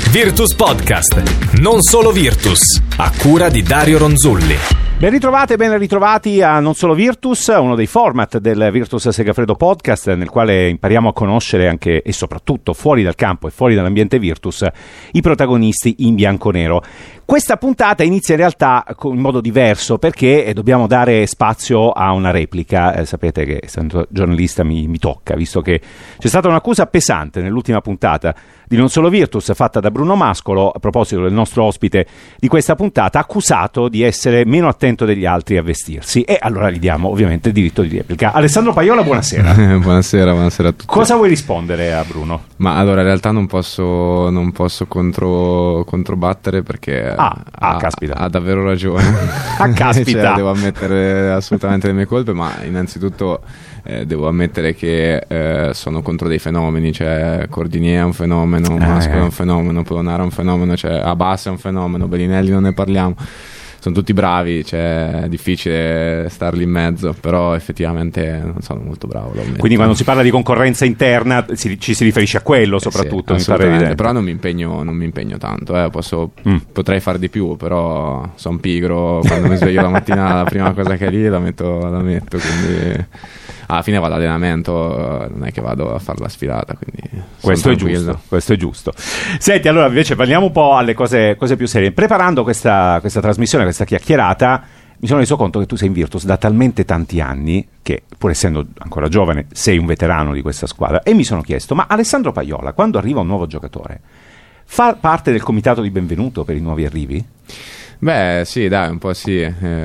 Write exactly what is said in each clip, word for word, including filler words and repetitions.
Virtus Podcast, non solo Virtus, a cura di Dario Ronzulli. Ben ritrovate, ben ritrovati a Non Solo Virtus, uno dei format del Virtus Segafredo Podcast, nel quale impariamo a conoscere anche e soprattutto fuori dal campo e fuori dall'ambiente Virtus i protagonisti in bianconero. Questa puntata inizia in realtà in modo diverso perché dobbiamo dare spazio a una replica. Eh, sapete che essendo giornalista mi, mi tocca, visto che c'è stata un'accusa pesante nell'ultima puntata di Non Solo Virtus fatta da Bruno Mascolo a proposito del nostro ospite di questa puntata, accusato di essere meno attento degli altri a vestirsi, e allora gli diamo ovviamente il diritto di replica. Alessandro Paiola, buonasera. buonasera, buonasera a tutti. Cosa vuoi rispondere a Bruno? Ma allora in realtà non posso non posso contro controbattere perché ah, ah, ha, caspita. ha davvero ragione. Ah, caspita. Cioè, devo ammettere assolutamente le mie colpe, ma innanzitutto eh, devo ammettere che eh, sono contro dei fenomeni, cioè Cordinier è un fenomeno, Mascolo eh. è un fenomeno, Polonara è un fenomeno, cioè Abbas è un fenomeno, Bellinelli non ne parliamo. Sono tutti bravi, cioè è difficile starli in mezzo, però effettivamente non sono molto bravo. Quindi quando si parla di concorrenza interna si, ci si riferisce a quello soprattutto, eh sì, mi pare evidente. Però non mi impegno, non mi impegno tanto, eh. Posso, mm. potrei far di più, però sono pigro, quando mi sveglio la mattina la prima cosa che è lì la metto, la metto, quindi alla fine vado all'allenamento, non è che vado a fare la sfilata, quindi questo è giusto, questo è giusto. Senti, allora invece parliamo un po' alle cose, cose più serie. Preparando questa, questa trasmissione, questa chiacchierata, mi sono reso conto che tu sei in Virtus da talmente tanti anni che, pur essendo ancora giovane, sei un veterano di questa squadra, e mi sono chiesto, ma Alessandro Paiola, quando arriva un nuovo giocatore, fa parte del comitato di benvenuto per i nuovi arrivi? Beh sì, dai, un po' sì.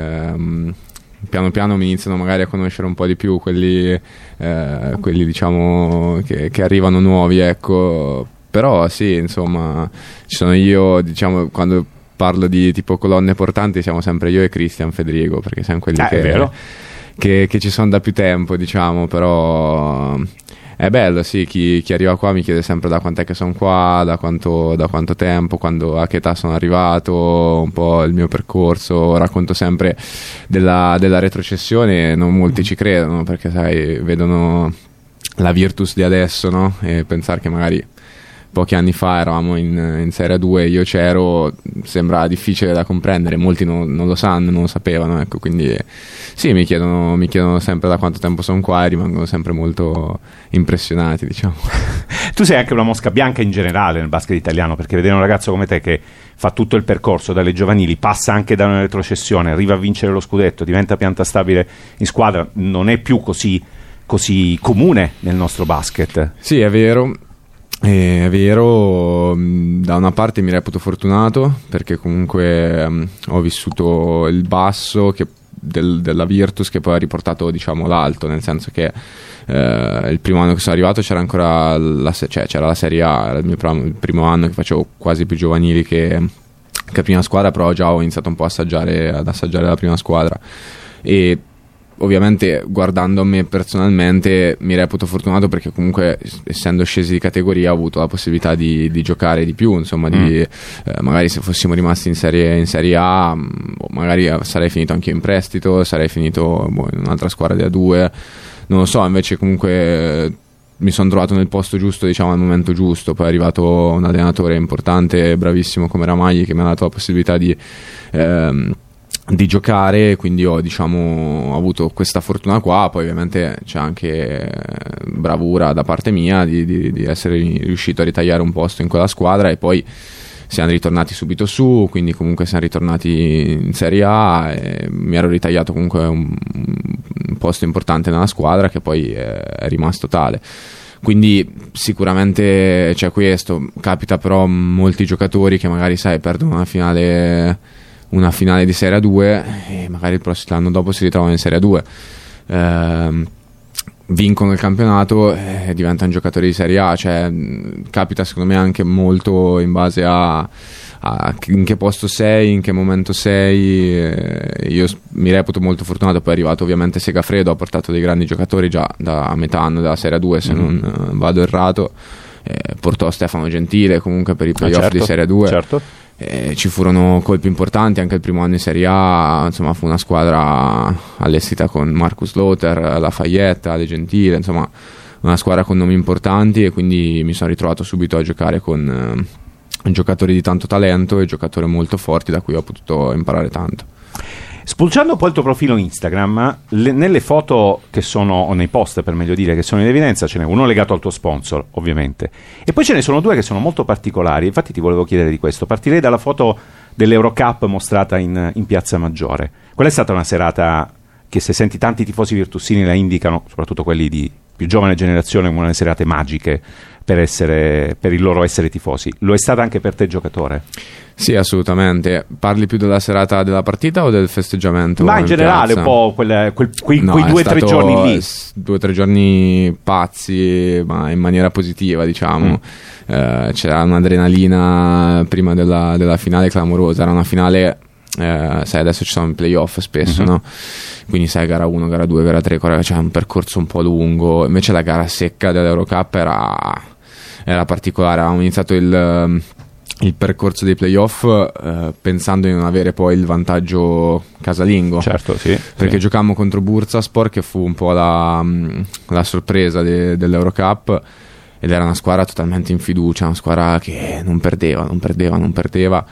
ehm Piano piano mi iniziano magari a conoscere un po' di più quelli, eh, quelli diciamo che, che arrivano nuovi, ecco. Però sì, insomma, ci sono io, diciamo, quando parlo di tipo colonne portanti siamo sempre io e Cristian Federico, perché siamo quelli eh, che, che, che ci sono da più tempo, diciamo. Però è bello, sì, chi, chi arriva qua mi chiede sempre da quant'è che sono qua, da quanto, da quanto tempo, quando, a che età sono arrivato, un po' il mio percorso. Racconto sempre della, della retrocessione, non molti ci credono perché sai, vedono la Virtus di adesso, no? E pensare che magari pochi anni fa eravamo in, in Serie due, io c'ero, sembra difficile da comprendere, molti non, non lo sanno, non lo sapevano, ecco, quindi sì, mi chiedono, mi chiedono sempre da quanto tempo sono qua e rimangono sempre molto impressionati, diciamo. Tu sei anche una mosca bianca in generale nel basket italiano, perché vedere un ragazzo come te che fa tutto il percorso dalle giovanili, passa anche da una retrocessione, arriva a vincere lo scudetto, diventa pianta stabile in squadra, non è più così, così comune nel nostro basket. Sì, è vero. È vero, da una parte mi reputo fortunato perché comunque um, ho vissuto il basso che, del, della Virtus che poi ha riportato, diciamo, l'alto, nel senso che eh, il primo anno che sono arrivato c'era ancora la, cioè, c'era la Serie A, era il mio pr- il primo anno che facevo quasi più giovanili che, che prima squadra, però già ho iniziato un po' assaggiare, ad assaggiare la prima squadra e ovviamente guardando a me personalmente mi reputo fortunato perché comunque essendo scesi di categoria ho avuto la possibilità di, di giocare di più, insomma, di, mm. eh, magari se fossimo rimasti in serie, in serie A magari sarei finito anche io in prestito, sarei finito boh, in un'altra squadra di A due, non lo so, invece comunque eh, mi sono trovato nel posto giusto, diciamo al momento giusto. Poi è arrivato un allenatore importante, bravissimo come Ramagli, che mi ha dato la possibilità di ehm, di giocare, quindi ho, diciamo, ho avuto questa fortuna qua. Poi ovviamente c'è anche bravura da parte mia di, di, di essere riuscito a ritagliare un posto in quella squadra e poi siamo ritornati subito su, quindi comunque siamo ritornati in Serie A e mi ero ritagliato comunque un, un posto importante nella squadra che poi è, è rimasto tale. Quindi sicuramente c'è questo. Capita però a molti giocatori che magari sai perdono una finale una finale di Serie due e magari il prossimo anno dopo si ritrovano in Serie due, eh, vincono il campionato e diventano giocatori di Serie A. Cioè capita secondo me anche molto in base a, a in che posto sei, in che momento sei. eh, io mi reputo molto fortunato, poi è arrivato ovviamente Segafredo, ha portato dei grandi giocatori già da metà anno della Serie due se mm-hmm. non uh, vado errato, eh, portò Stefano Gentile comunque per i playoff ah, certo, di Serie due, certo. Eh, ci furono colpi importanti anche il primo anno in Serie A, insomma fu una squadra allestita con Marcus Lothar, Lafayette, Ale Gentile, insomma una squadra con nomi importanti e quindi mi sono ritrovato subito a giocare con, giocatori di tanto talento e giocatori molto forti da cui ho potuto imparare tanto. Spulciando poi il tuo profilo Instagram, le, nelle foto che sono, o nei post per meglio dire, che sono in evidenza, ce n'è uno legato al tuo sponsor, ovviamente, e poi ce ne sono due che sono molto particolari. Infatti ti volevo chiedere di questo. Partirei dalla foto dell'Eurocup mostrata in, in Piazza Maggiore. Quella è stata una serata che, se senti tanti tifosi virtusini, la indicano, soprattutto quelli di più giovane generazione, come una delle serate magiche per, essere, per il loro essere tifosi. Lo è stata anche per te, giocatore? Sì, assolutamente. Parli più della serata della partita o del festeggiamento? Ma in, in generale piazza? Un po' quel, quel, quei, no, quei due o tre giorni lì. Due o tre giorni pazzi, ma in maniera positiva, diciamo. Mm. Eh, c'era un'adrenalina prima della, della finale clamorosa. Era una finale... Eh, sai, adesso ci sono i playoff spesso, uh-huh. no? Quindi sai, gara uno, gara due, gara tre, c'è un percorso un po' lungo. Invece la gara secca dell'Eurocup era, era particolare. Avevamo iniziato il, il percorso dei playoff eh, pensando di non avere poi il vantaggio casalingo, certo, sì, perché sì. giocammo contro Bursaspor, che fu un po' la, la sorpresa de, dell'Eurocup, ed era una squadra totalmente in fiducia, una squadra che non perdeva, non perdeva, non perdeva.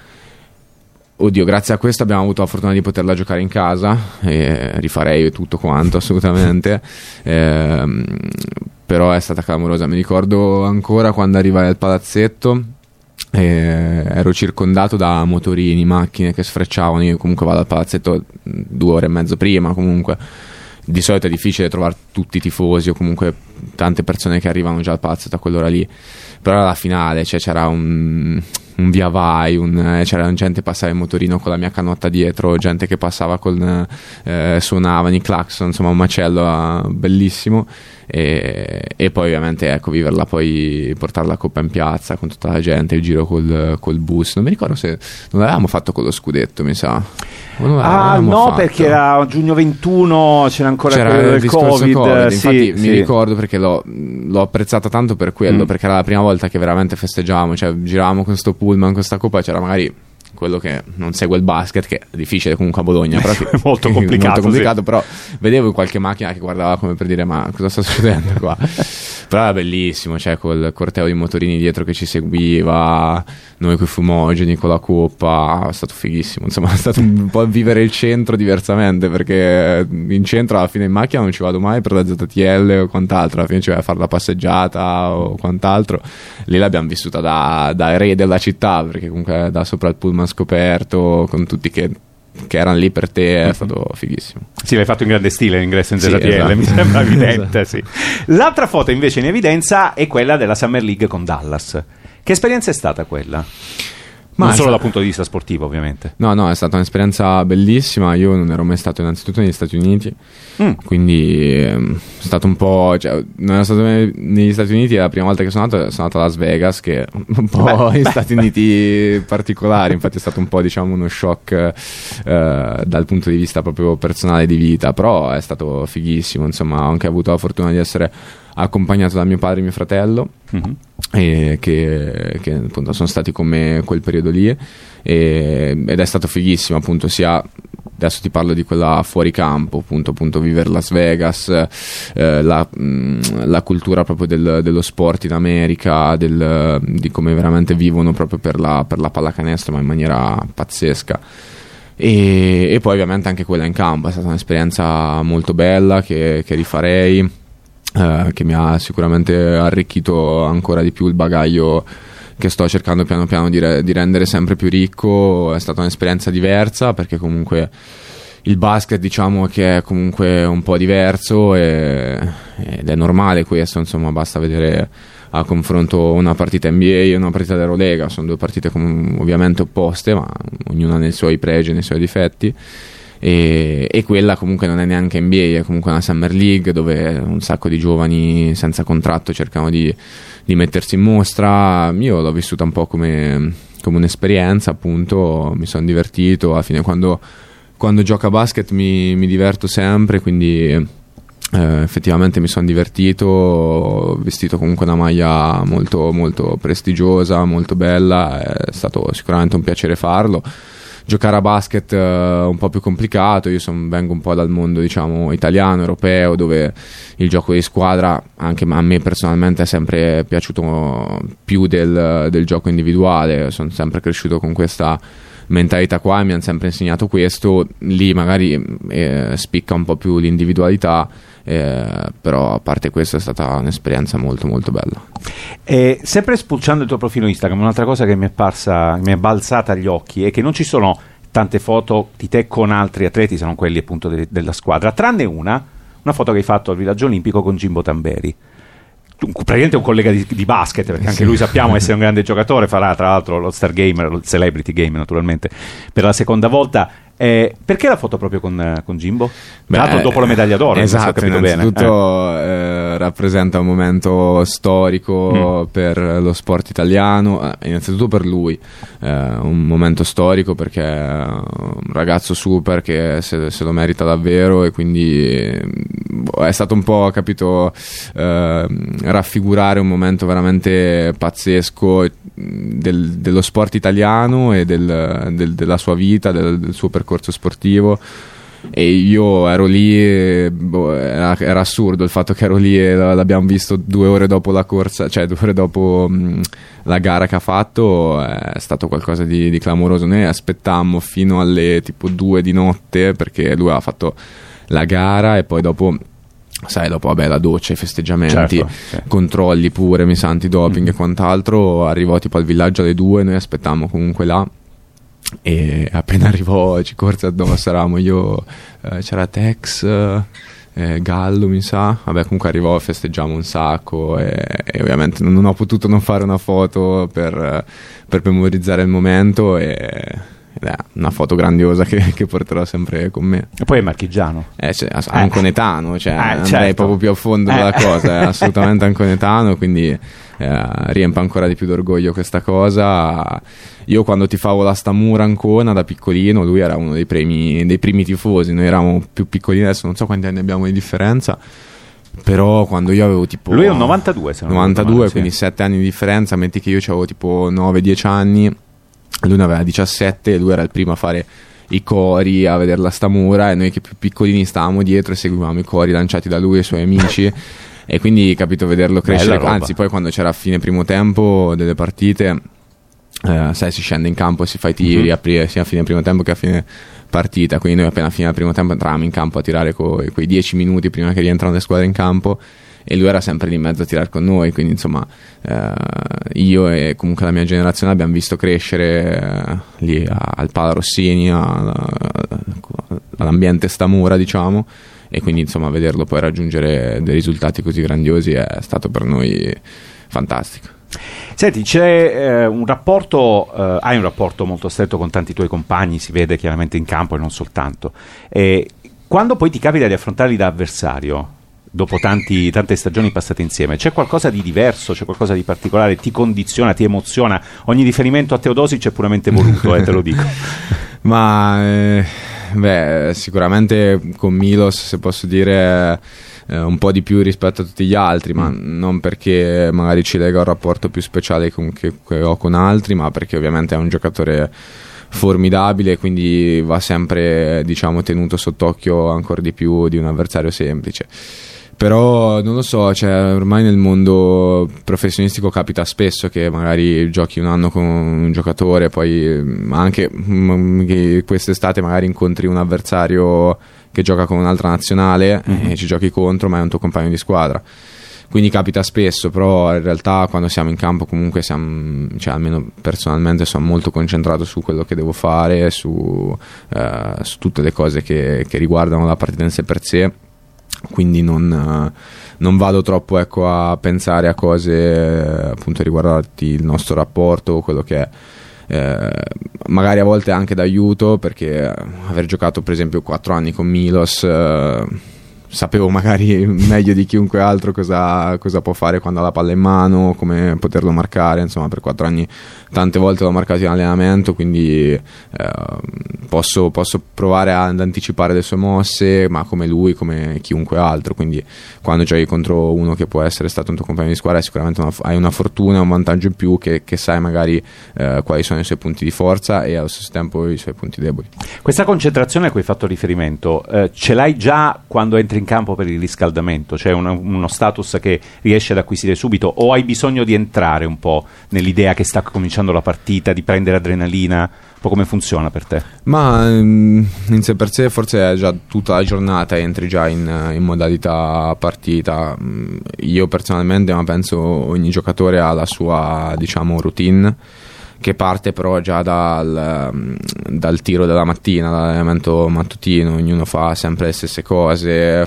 Oddio, grazie a questo abbiamo avuto la fortuna di poterla giocare in casa, e rifarei tutto quanto assolutamente. eh, però è stata clamorosa. Mi ricordo ancora quando arrivai al palazzetto, eh, ero circondato da motorini, macchine che sfrecciavano. Io comunque vado al palazzetto due ore e mezzo prima. Comunque di solito è difficile trovare tutti i tifosi o comunque tante persone che arrivano già al palazzetto a quell'ora lì, però era la finale, cioè c'era un un via vai, un, eh, c'era gente che passava in motorino con la mia canotta dietro, gente che passava con eh, suonavano i clacson, insomma un macello eh, bellissimo. E, e poi ovviamente ecco, viverla, poi portare la coppa in piazza con tutta la gente, il giro col, col bus. Non mi ricordo se non l'avevamo fatto con lo scudetto, mi sa. Ah no, fatto. Perché era giugno ventuno, c'era ancora c'era quello del COVID, COVID. Sì, infatti sì. mi ricordo, perché l'ho, l'ho apprezzata tanto per quello, mm. perché era la prima volta che veramente festeggiavamo, cioè giravamo con sto pullman, con sta coppa, c'era magari quello che non segue il basket, che è difficile comunque a Bologna, però è molto complicato, molto complicato sì. Però vedevo in qualche macchina che guardava come per dire: ma cosa sta succedendo qua? Però era bellissimo, cioè col corteo di motorini dietro che ci seguiva, noi coi fumogeni con la coppa, è stato fighissimo. Insomma, è stato un po' vivere il centro diversamente, perché in centro alla fine in macchina non ci vado mai per la Z T L o quant'altro, alla fine ci vai a fare la passeggiata o quant'altro. Lì l'abbiamo vissuta da, da re della città, perché comunque da sopra il pullman scoperto con tutti che che erano lì per te, è mm-hmm. stato fighissimo. Sì, l'hai fatto in grande stile l'ingresso in Z T L, sì, esatto. Mi sembra evidente, sì. L'altra foto invece in evidenza è quella della Summer League con Dallas. Che esperienza è stata quella? Ma non solo dal punto di vista sportivo, ovviamente. No, no, è stata un'esperienza bellissima. Io non ero mai stato innanzitutto negli Stati Uniti, mm. quindi è stato un po', cioè, non ero stato negli Stati Uniti, è la prima volta che sono andato, sono andato a Las Vegas, che è un po' beh, in beh. Stati Uniti particolari. Infatti è stato un po', diciamo, uno shock eh, dal punto di vista proprio personale di vita, però è stato fighissimo. Insomma, ho anche avuto la fortuna di essere accompagnato da mio padre e mio fratello, mm-hmm. e che, che appunto sono stati con me quel periodo lì, e, ed è stato fighissimo, appunto, sia adesso ti parlo di quella fuori campo, appunto, appunto vivere Las Vegas, eh, la, mh, la cultura proprio del, dello sport in America, del, di come veramente vivono proprio per la, per la pallacanestro, ma in maniera pazzesca. E, e poi ovviamente anche quella in campo è stata un'esperienza molto bella che, che rifarei. Uh, che mi ha sicuramente arricchito ancora di più il bagaglio che sto cercando piano piano di, re- di rendere sempre più ricco. È stata un'esperienza diversa, perché comunque il basket, diciamo che è comunque un po' diverso, e, ed è normale questo, insomma, basta vedere a confronto una partita N B A e una partita dell'Eurolega. Sono due partite com- ovviamente opposte, ma ognuna ha i suoi pregi e i suoi difetti. E, e quella comunque non è neanche N B A, è comunque una Summer League dove un sacco di giovani senza contratto cercano di, di mettersi in mostra. Io l'ho vissuta un po' come, come un'esperienza, appunto, mi sono divertito. Alla fine quando, quando gioco a basket mi, mi diverto sempre, quindi eh, effettivamente mi sono divertito. Ho vestito comunque una maglia molto, molto prestigiosa, molto bella, è stato sicuramente un piacere farlo. giocare a basket uh, un po' più complicato. Io son, vengo un po' dal mondo, diciamo, italiano, europeo, dove il gioco di squadra anche a me personalmente è sempre piaciuto più del, del gioco individuale. Sono sempre cresciuto con questa mentalità qua e mi hanno sempre insegnato questo. Lì magari eh, spicca un po' più l'individualità, eh, però a parte questo è stata un'esperienza molto molto bella. E sempre spulciando il tuo profilo Instagram, un'altra cosa che mi è parsa, mi è balzata agli occhi è che non ci sono tante foto di te con altri atleti, se non quelli appunto de- della squadra, tranne una una foto che hai fatto al Villaggio Olimpico con Jimbo Tamberi, praticamente un collega di, di basket, perché anche lui sappiamo essere un grande giocatore. Farà tra l'altro lo Star Gamer, lo Celebrity Game naturalmente per la seconda volta. Eh, perché la foto proprio con, con Jimbo? Tra l'altro dopo la medaglia d'oro. Esatto, innanzitutto eh. Eh, rappresenta un momento storico mm. per lo sport italiano, eh, innanzitutto per lui, eh, un momento storico perché è un ragazzo super che se, se lo merita davvero, e quindi eh, è stato un po', capito, eh, raffigurare un momento veramente pazzesco del, dello sport italiano e del, del, della sua vita, del, del suo percorso sportivo. E io ero lì e, boh, era, era assurdo il fatto che ero lì e l'abbiamo visto due ore dopo la corsa, cioè due ore dopo mh, la gara che ha fatto. È stato qualcosa di, di clamoroso. Noi aspettammo fino alle tipo due di notte, perché lui ha fatto la gara e poi dopo, sai, dopo vabbè la doccia, i festeggiamenti, certo, sì. controlli pure, mi sa, antidoping mm. e quant'altro. Arrivò tipo al villaggio alle due, noi aspettammo comunque là, e appena arrivò ci corse addosso, eravamo io, eh, c'era Tex, eh, Gallo mi sa, vabbè comunque arrivò, festeggiamo un sacco e, e ovviamente non, non ho potuto non fare una foto per, per memorizzare il momento, e ed è una foto grandiosa che, che porterò sempre con me. E poi è marchigiano, eh, cioè, eh. anconetano, cioè, eh, andrei certo. proprio più a fondo eh. della cosa, è assolutamente anconetano, quindi eh, riempie ancora di più d'orgoglio questa cosa. Io quando tifavo la Stamura Ancona da piccolino, lui era uno dei primi, dei primi tifosi, noi eravamo più piccolini, adesso non so quanti anni abbiamo di differenza, però quando io avevo tipo... Lui è un novantadue, se non novantadue, male, quindi sì. sette anni di differenza, metti che io avevo tipo nove dieci anni, lui ne aveva diciassette e lui era il primo a fare i cori, a vedere la Stamura, e noi che più piccolini stavamo dietro e seguivamo i cori lanciati da lui e i suoi amici. E quindi, capito, vederlo crescere, anzi poi quando c'era a fine primo tempo delle partite, eh, sai, si scende in campo e si fa i tiri, mm-hmm. aprire sia a fine primo tempo che a fine partita, quindi noi appena fine primo tempo entravamo in campo a tirare co- quei dieci minuti prima che rientrano le squadre in campo, e lui era sempre lì in mezzo a tirare con noi, quindi insomma eh, io e comunque la mia generazione abbiamo visto crescere eh, lì a, al Pala Rossini, a, a, all'ambiente Stamura, diciamo, e quindi insomma vederlo poi raggiungere dei risultati così grandiosi è stato per noi fantastico. Senti, c'è eh, un rapporto, eh, hai un rapporto molto stretto con tanti tuoi compagni, si vede chiaramente in campo e non soltanto, e quando poi ti capita di affrontarli da avversario dopo tanti, tante stagioni passate insieme, c'è qualcosa di diverso, c'è qualcosa di particolare, ti condiziona, ti emoziona? Ogni riferimento a Teodosic è puramente voluto, eh, te lo dico. Ma eh, beh, sicuramente con Milos, se posso dire, eh, un po' di più rispetto a tutti gli altri, ma mm. non perché magari ci lega un rapporto più speciale con, che, che ho con altri, ma perché ovviamente è un giocatore formidabile, quindi va sempre, diciamo, tenuto sott'occhio ancora di più di un avversario semplice. Però non lo so, cioè, ormai nel mondo professionistico capita spesso che magari giochi un anno con un giocatore, poi anche che quest'estate magari incontri un avversario che gioca con un'altra nazionale, mm-hmm. e ci giochi contro, ma è un tuo compagno di squadra. Quindi capita spesso, però in realtà quando siamo in campo comunque siamo, cioè almeno personalmente sono molto concentrato su quello che devo fare, su, eh, su tutte le cose che, che riguardano la partita in sé per sé. Quindi non, non vado troppo, ecco, a pensare a cose appunto riguardanti il nostro rapporto, quello che è. Eh, magari a volte anche d'aiuto, perché aver giocato per esempio quattro anni con Milos, eh, sapevo magari meglio di chiunque altro cosa, cosa può fare quando ha la palla in mano, come poterlo marcare. Insomma, per quattro anni tante volte l'ho marcato in allenamento, quindi eh, posso, posso provare ad anticipare le sue mosse, ma come lui, come chiunque altro. Quindi quando giochi contro uno che può essere stato un tuo compagno di squadra, sicuramente una, hai una fortuna, un vantaggio in più, che, che sai magari eh, quali sono i suoi punti di forza e allo stesso tempo i suoi punti deboli. Questa concentrazione a cui hai fatto riferimento, eh, ce l'hai già quando entri in campo per il riscaldamento? Cioè una, uno status che riesci ad acquisire subito, o hai bisogno di entrare un po' nell'idea che sta cominciando la partita, di prendere adrenalina? Un po' come funziona per te? Ma in sé per sé forse è già tutta la giornata, entri già in, in modalità partita. Io personalmente, ma penso ogni giocatore ha la sua, diciamo, routine, che parte però già dal, dal tiro della mattina, dall'allenamento mattutino. Ognuno fa sempre le stesse cose,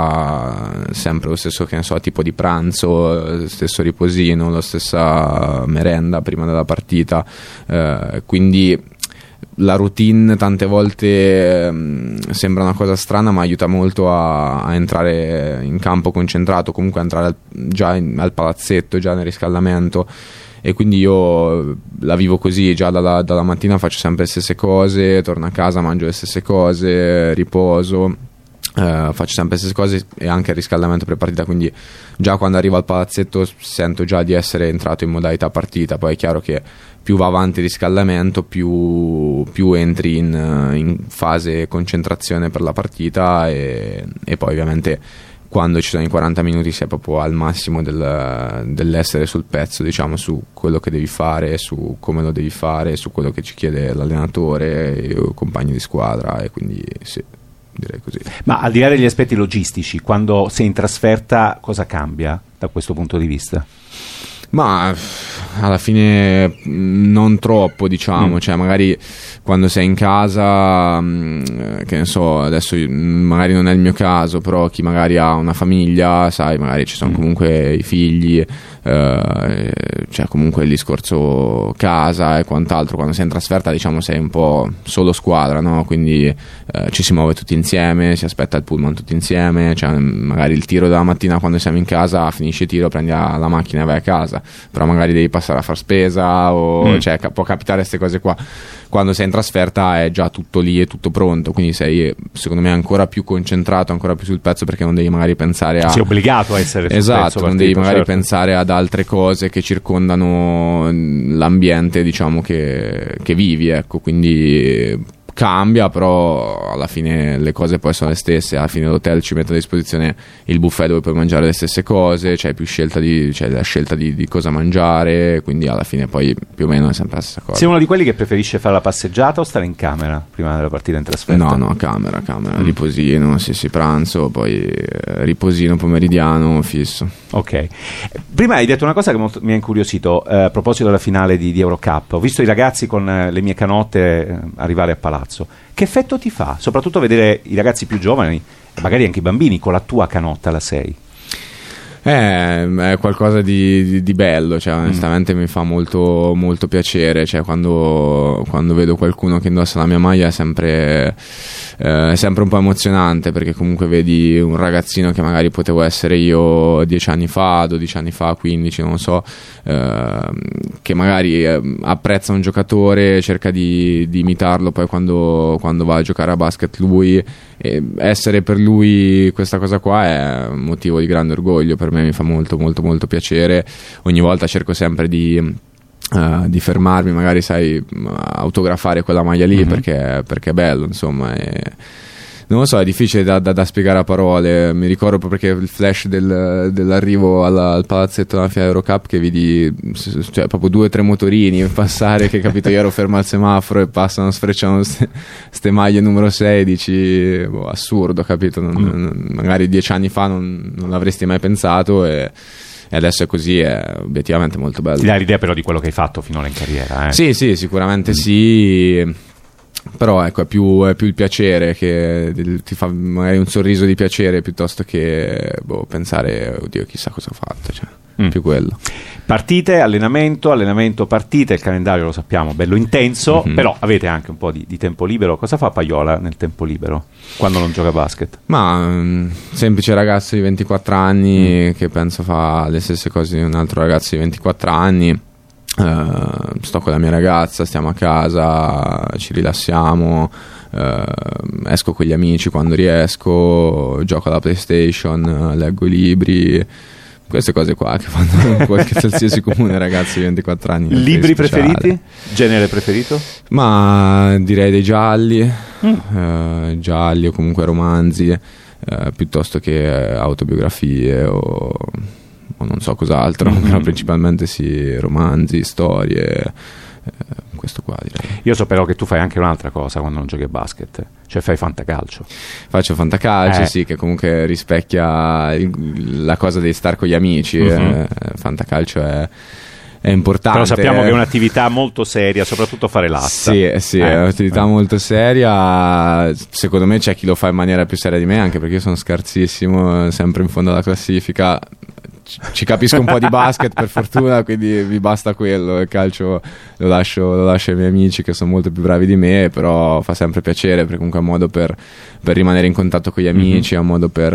fa sempre lo stesso, che ne so, tipo di pranzo, lo stesso riposino, la stessa merenda prima della partita, eh, quindi la routine tante volte mh, sembra una cosa strana, ma aiuta molto a, a entrare in campo concentrato, comunque a entrare al, già in, al palazzetto, già nel riscaldamento. E quindi io la vivo così, già dalla, dalla mattina faccio sempre le stesse cose, torno a casa, mangio le stesse cose, riposo, eh, faccio sempre le stesse cose, e anche il riscaldamento pre-partita, quindi già quando arrivo al palazzetto sento già di essere entrato in modalità partita. Poi è chiaro che più va avanti il riscaldamento, più, più entri in, in fase concentrazione per la partita, e, e poi ovviamente quando ci sono i quaranta minuti si è proprio al massimo del, dell'essere sul pezzo, diciamo, su quello che devi fare, su come lo devi fare, su quello che ci chiede l'allenatore e i compagni di squadra, e quindi sì, direi così. Ma al di là degli aspetti logistici, quando sei in trasferta cosa cambia da questo punto di vista? Ma alla fine non troppo, diciamo, mm. cioè magari quando sei in casa, che ne so, adesso magari non è il mio caso, però chi magari ha una famiglia, sai, magari ci sono comunque i figli, eh, cioè comunque il discorso casa e quant'altro. Quando sei in trasferta, diciamo, sei un po' solo squadra, no? Quindi eh, ci si muove tutti insieme, si aspetta il pullman tutti insieme, cioè magari il tiro della mattina quando siamo in casa, finisce il tiro, prendi la, la macchina e vai a casa, però magari devi passare a far spesa o mm. cioè può capitare queste cose qua. Quando sei in trasferta è già tutto lì, è tutto pronto, quindi sei, secondo me, ancora più concentrato, ancora più sul pezzo, perché non devi magari pensare a... sei obbligato a essere sul esatto, pezzo non partito, devi magari certo. pensare ad altre cose che circondano l'ambiente, diciamo, che, che vivi, ecco. Quindi cambia, però alla fine le cose poi sono le stesse. Alla fine l'hotel ci mette a disposizione il buffet dove puoi mangiare le stesse cose, c'è più scelta di, c'è la scelta di, di cosa mangiare, quindi alla fine poi più o meno è sempre la stessa cosa. Sei uno di quelli che preferisce fare la passeggiata o stare in camera prima della partita in trasferta? No, no, camera, camera, mm. riposino, sì, sì, pranzo, poi eh, riposino pomeridiano fisso. Ok. Prima hai detto una cosa che molto, mi ha incuriosito, eh, a proposito della finale di, di Eurocup. Ho visto i ragazzi con eh, le mie canotte eh, arrivare a Palazzo. Che effetto ti fa? Soprattutto vedere i ragazzi più giovani, magari anche i bambini, con la tua canotta alla sei. Eh, è qualcosa di, di, di bello, cioè onestamente mm. mi fa molto, molto piacere, cioè quando, quando vedo qualcuno che indossa la mia maglia è sempre, eh, è sempre un po' emozionante, perché comunque vedi un ragazzino che magari potevo essere io dieci anni fa, dodici anni fa, quindici, non lo so, eh, che magari eh, apprezza un giocatore, cerca di, di imitarlo poi quando, quando va a giocare a basket lui, e essere per lui questa cosa qua è un motivo di grande orgoglio per me. Mi fa molto molto molto piacere. Ogni volta cerco sempre di, uh, di fermarmi, magari sai, autografare quella maglia lì, mm-hmm. perché, perché è bello, insomma, e non lo so, è difficile da, da, da spiegare a parole. Mi ricordo proprio perché il flash del, dell'arrivo alla, al palazzetto della finale Eurocup, che vidi, cioè, proprio due o tre motorini passare, che capito, io ero fermo al semaforo e passano, sfrecciano queste maglie numero sedici, boh, assurdo, capito, non, mm. non, magari dieci anni fa non, non l'avresti mai pensato, e e adesso è così, è obiettivamente molto bello. Ti dà l'idea però di quello che hai fatto finora in carriera, eh? Sì, sì, sicuramente mm. sì. Però ecco, è più, è più il piacere che ti fa magari un sorriso di piacere, piuttosto che boh, pensare, oddio, chissà cosa ho fatto, cioè. mm. più quello. Partite, allenamento, allenamento, partite, il calendario lo sappiamo, bello intenso, mm-hmm. però avete anche un po' di, di tempo libero. Cosa fa Paiola nel tempo libero quando non gioca a basket? Ma um, semplice ragazzo di ventiquattro anni mm. che penso fa le stesse cose di un altro ragazzo di ventiquattro anni. Uh, sto con la mia ragazza, stiamo a casa, ci rilassiamo, uh, esco con gli amici quando riesco, gioco alla PlayStation, leggo i libri. Queste cose qua che fanno qualche qualsiasi comune ragazzi di ventiquattro anni. Libri preferiti? Genere preferito? Ma direi dei gialli, mm. uh, gialli o comunque romanzi, uh, piuttosto che autobiografie o, o non so cos'altro, mm-hmm. però principalmente sì, romanzi, storie. Uh, questo qua direi. Io so però che tu fai anche un'altra cosa quando non giochi a basket, cioè fai fantacalcio. Faccio fantacalcio, eh. sì, che comunque rispecchia il, la cosa di star con gli amici. Mm-hmm. eh, fantacalcio è, è importante. Però sappiamo che è un'attività molto seria, soprattutto fare l'asta. Sì, sì, eh. è un'attività eh. molto seria. Secondo me c'è chi lo fa in maniera più seria di me, anche perché io sono scarsissimo, sempre in fondo alla classifica. Ci capisco un po' di basket per fortuna, quindi mi basta quello. Il calcio lo lascio, lo lascio ai miei amici che sono molto più bravi di me, però fa sempre piacere perché comunque è un modo per, per rimanere in contatto con gli amici, mm-hmm. è un modo per,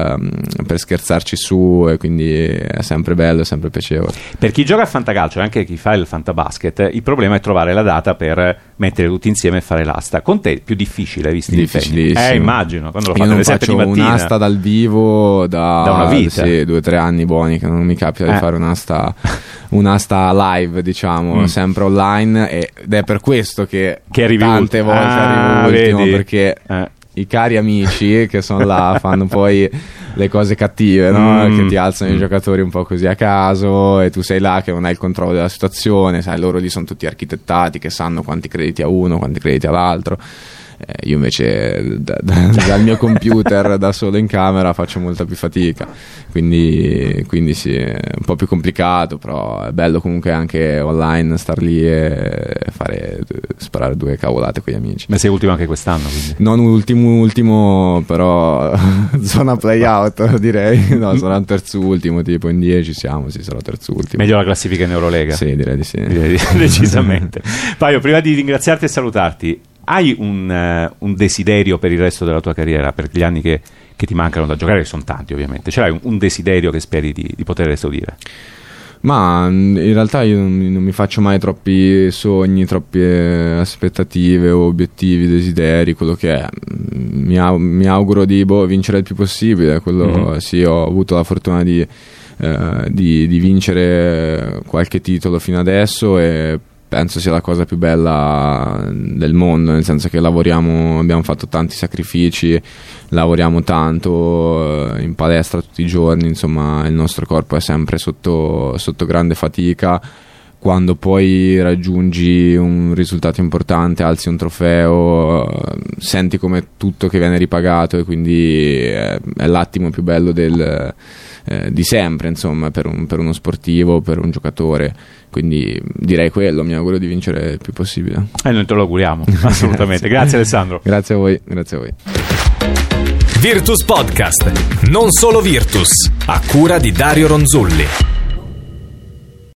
uh, per scherzarci su, e quindi è sempre bello, è sempre piacevole. Per chi gioca a fantacalcio e anche chi fa il fantabasket, il problema è trovare la data per mettere tutti insieme e fare l'asta. Con te è più difficile, visti gli impegni? Eh, immagino, quando lo fate alle sette di mattina. Io non faccio un'asta dal vivo da, da una vita, sì, due o tre anni buoni che non mi capita eh. di fare un'asta, un'asta live, diciamo, mm. sempre online, ed è per questo che, che arrivi tante ult- volte ah, arrivo ultimo, vedi? perché eh. i cari amici che sono là fanno poi le cose cattive, no? Mm. Che ti alzano mm. i giocatori un po' così a caso e tu sei là che non hai il controllo della situazione, sai, loro lì sono tutti architettati che sanno quanti crediti a uno, quanti crediti all'altro. Eh, io invece da, da, dal mio computer da solo in camera faccio molta più fatica, quindi, quindi sì, è un po' più complicato, però è bello comunque anche online star lì e fare, sparare due cavolate con gli amici. Ma sei ultimo anche quest'anno, quindi? Non ultimo ultimo, però zona play out direi. No, sarà un terzo ultimo, tipo in dieci siamo, sì, sarò terzo ultimo. Meglio la classifica in Eurolega? Sì, direi di sì, direi di, decisamente. Paio, prima di ringraziarti e salutarti, hai un, uh, un desiderio per il resto della tua carriera, per gli anni che, che ti mancano da giocare, che sono tanti ovviamente, ce l'hai un, un desiderio che speri di, di poter esaudire? Ma in realtà io non, non mi faccio mai troppi sogni, troppe aspettative o obiettivi, desideri, quello che è. Mi, au- mi auguro di boh, vincere il più possibile, quello mm-hmm. sì, ho avuto la fortuna di, eh, di, di vincere qualche titolo fino adesso e penso sia la cosa più bella del mondo, nel senso che lavoriamo, abbiamo fatto tanti sacrifici, lavoriamo tanto in palestra tutti i giorni, insomma il nostro corpo è sempre sotto, sotto grande fatica. Quando poi raggiungi un risultato importante, alzi un trofeo, senti come tutto che viene ripagato, e quindi è, è l'attimo più bello del, eh, di sempre, insomma, per, un, per uno sportivo, per un giocatore. Quindi direi quello, mi auguro di vincere il più possibile. E eh, noi te lo auguriamo, assolutamente. Grazie Alessandro. Grazie a voi, grazie a voi. Virtus Podcast, non solo Virtus, a cura di Dario Ronzulli.